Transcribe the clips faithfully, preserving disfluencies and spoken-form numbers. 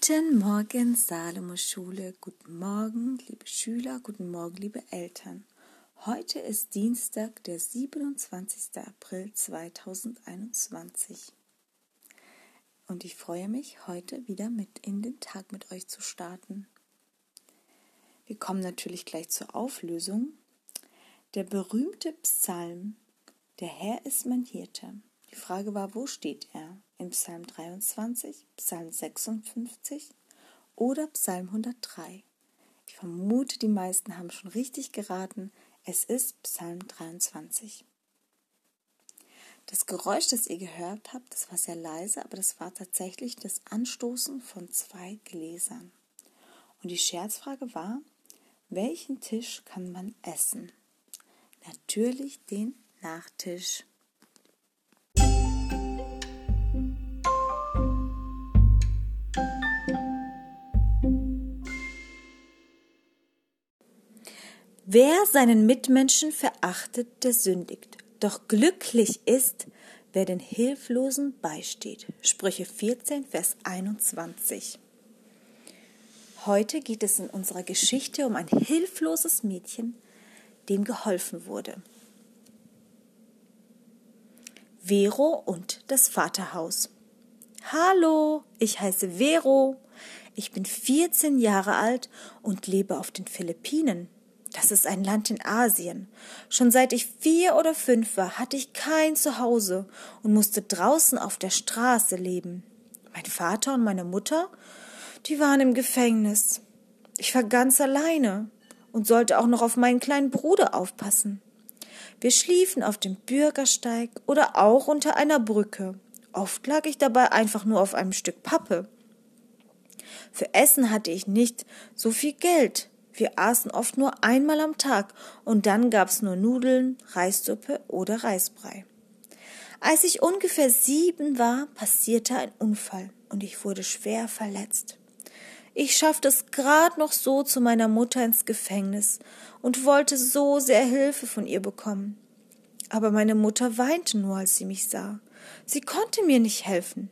Guten Morgen, Salomos Schule. Guten Morgen, liebe Schüler. Guten Morgen, liebe Eltern. Heute ist Dienstag, der siebenundzwanzigster April zweitausendeinundzwanzig. Und ich freue mich, heute wieder mit in den Tag mit euch zu starten. Wir kommen natürlich gleich zur Auflösung. Der berühmte Psalm, der Herr ist mein Hirte. Die Frage war, wo steht er? In Psalm dreiundzwanzig, Psalm sechsundfünfzig oder Psalm hundertdrei? Ich vermute, die meisten haben schon richtig geraten. Es ist Psalm dreiundzwanzig. Das Geräusch, das ihr gehört habt, das war sehr leise, aber das war tatsächlich das Anstoßen von zwei Gläsern. Und die Scherzfrage war, welchen Tisch kann man essen? Natürlich den Nachtisch. Wer seinen Mitmenschen verachtet, der sündigt. Doch glücklich ist, wer den Hilflosen beisteht. Sprüche vierzehn, Vers einundzwanzig. Heute geht es in unserer Geschichte um ein hilfloses Mädchen, dem geholfen wurde. Vero und das Vaterhaus. Hallo, ich heiße Vero. Ich bin vierzehn Jahre alt und lebe auf den Philippinen. Das ist ein Land in Asien. Schon seit ich vier oder fünf war, hatte ich kein Zuhause und musste draußen auf der Straße leben. Mein Vater und meine Mutter, die waren im Gefängnis. Ich war ganz alleine und sollte auch noch auf meinen kleinen Bruder aufpassen. Wir schliefen auf dem Bürgersteig oder auch unter einer Brücke. Oft lag ich dabei einfach nur auf einem Stück Pappe. Für Essen hatte ich nicht so viel Geld. Wir aßen oft nur einmal am Tag und dann gab's nur Nudeln, Reissuppe oder Reisbrei. Als ich ungefähr sieben war, passierte ein Unfall und ich wurde schwer verletzt. Ich schaffte es gerade noch so zu meiner Mutter ins Gefängnis und wollte so sehr Hilfe von ihr bekommen. Aber meine Mutter weinte nur, als sie mich sah. Sie konnte mir nicht helfen.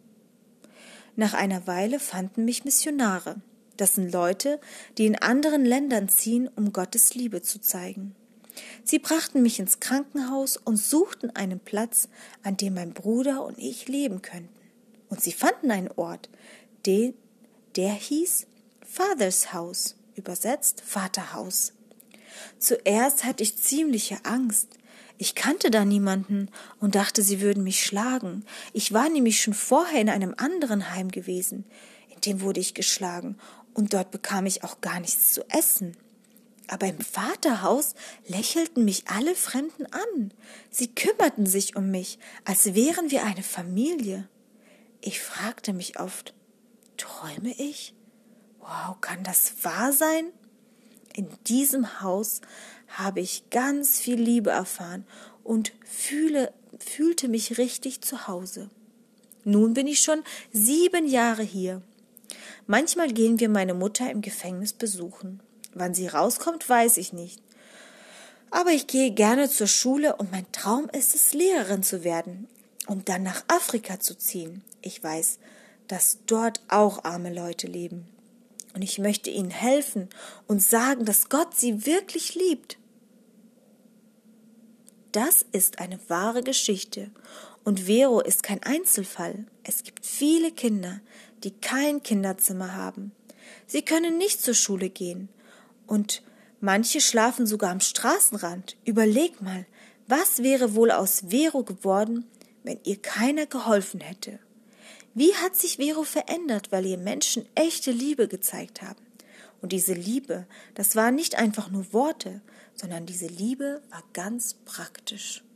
Nach einer Weile fanden mich Missionare. Das sind Leute, die in anderen Ländern ziehen, um Gottes Liebe zu zeigen. Sie brachten mich ins Krankenhaus und suchten einen Platz, an dem mein Bruder und ich leben könnten. Und sie fanden einen Ort, den, der hieß Father's House, übersetzt Vaterhaus. Zuerst hatte ich ziemliche Angst. Ich kannte da niemanden und dachte, sie würden mich schlagen. Ich war nämlich schon vorher in einem anderen Heim gewesen. In dem wurde ich geschlagen und dort bekam ich auch gar nichts zu essen. Aber im Vaterhaus lächelten mich alle Fremden an. Sie kümmerten sich um mich, als wären wir eine Familie. Ich fragte mich oft, träume ich? Wow, kann das wahr sein? In diesem Haus habe ich ganz viel Liebe erfahren und fühle, fühlte mich richtig zu Hause. Nun bin ich schon sieben Jahre hier. Manchmal gehen wir meine Mutter im Gefängnis besuchen. Wann sie rauskommt, weiß ich nicht. Aber ich gehe gerne zur Schule und mein Traum ist es, Lehrerin zu werden und dann nach Afrika zu ziehen. Ich weiß, dass dort auch arme Leute leben. Und ich möchte ihnen helfen und sagen, dass Gott sie wirklich liebt. Das ist eine wahre Geschichte und Vero ist kein Einzelfall. Es gibt viele Kinder, die kein Kinderzimmer haben. Sie können nicht zur Schule gehen und manche schlafen sogar am Straßenrand. Überleg mal, was wäre wohl aus Vero geworden, wenn ihr keiner geholfen hätte? Wie hat sich Vero verändert, weil ihr Menschen echte Liebe gezeigt haben? Und diese Liebe, das waren nicht einfach nur Worte, sondern diese Liebe war ganz praktisch.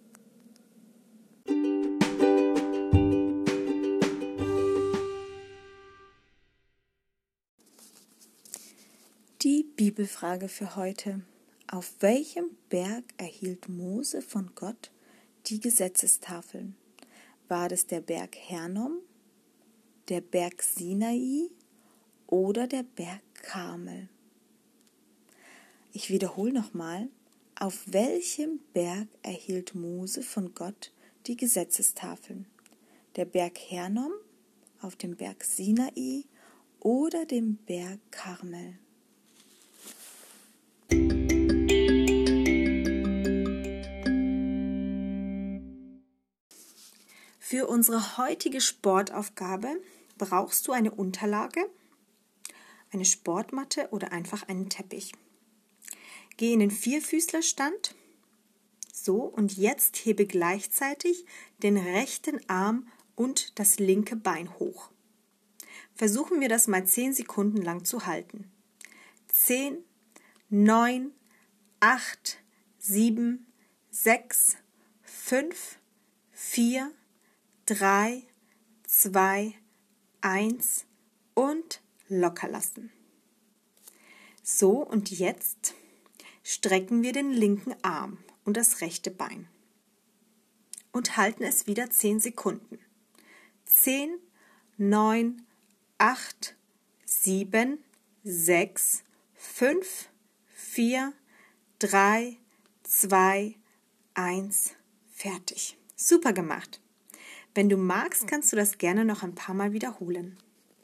Die Bibelfrage für heute. Auf welchem Berg erhielt Mose von Gott die Gesetzestafeln? War das der Berg Hermon, der Berg Sinai oder der Berg Karmel? Ich wiederhole nochmal, auf welchem Berg erhielt Mose von Gott die Gesetzestafeln? Der Berg Hermon, auf dem Berg Sinai oder dem Berg Karmel. Für unsere heutige Sportaufgabe brauchst du eine Unterlage, eine Sportmatte oder einfach einen Teppich. Geh in den Vierfüßlerstand. So, und jetzt hebe gleichzeitig den rechten Arm und das linke Bein hoch. Versuchen wir das mal zehn Sekunden lang zu halten. zehn, neun, acht, sieben, sechs, fünf, vier, drei, zwei, eins und locker lassen. So, und jetzt strecken wir den linken Arm und das rechte Bein und halten es wieder zehn Sekunden. zehn, neun, acht, sieben, sechs, fünf, vier, drei, zwei, eins, fertig. Super gemacht. Wenn du magst, kannst du das gerne noch ein paar Mal wiederholen.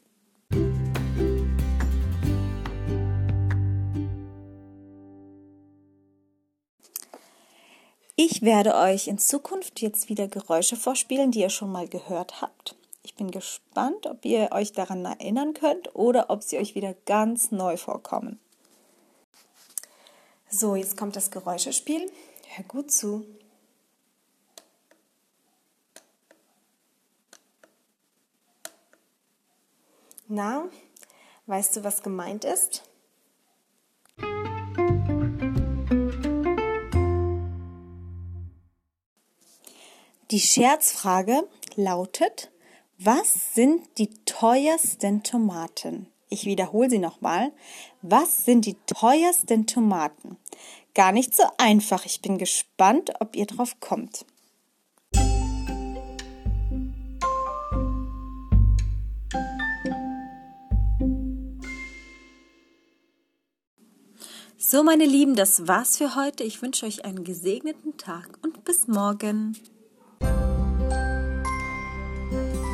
Ich werde euch in Zukunft jetzt wieder Geräusche vorspielen, die ihr schon mal gehört habt. Ich bin gespannt, ob ihr euch daran erinnern könnt oder ob sie euch wieder ganz neu vorkommen. So, jetzt kommt das Geräuschespiel. Hör gut zu. Na, weißt du, was gemeint ist? Die Scherzfrage lautet: Was sind die teuersten Tomaten? Ich wiederhole sie nochmal. Was sind die teuersten Tomaten? Gar nicht so einfach. Ich bin gespannt, ob ihr drauf kommt. So, meine Lieben, das war's für heute. Ich wünsche euch einen gesegneten Tag und bis morgen.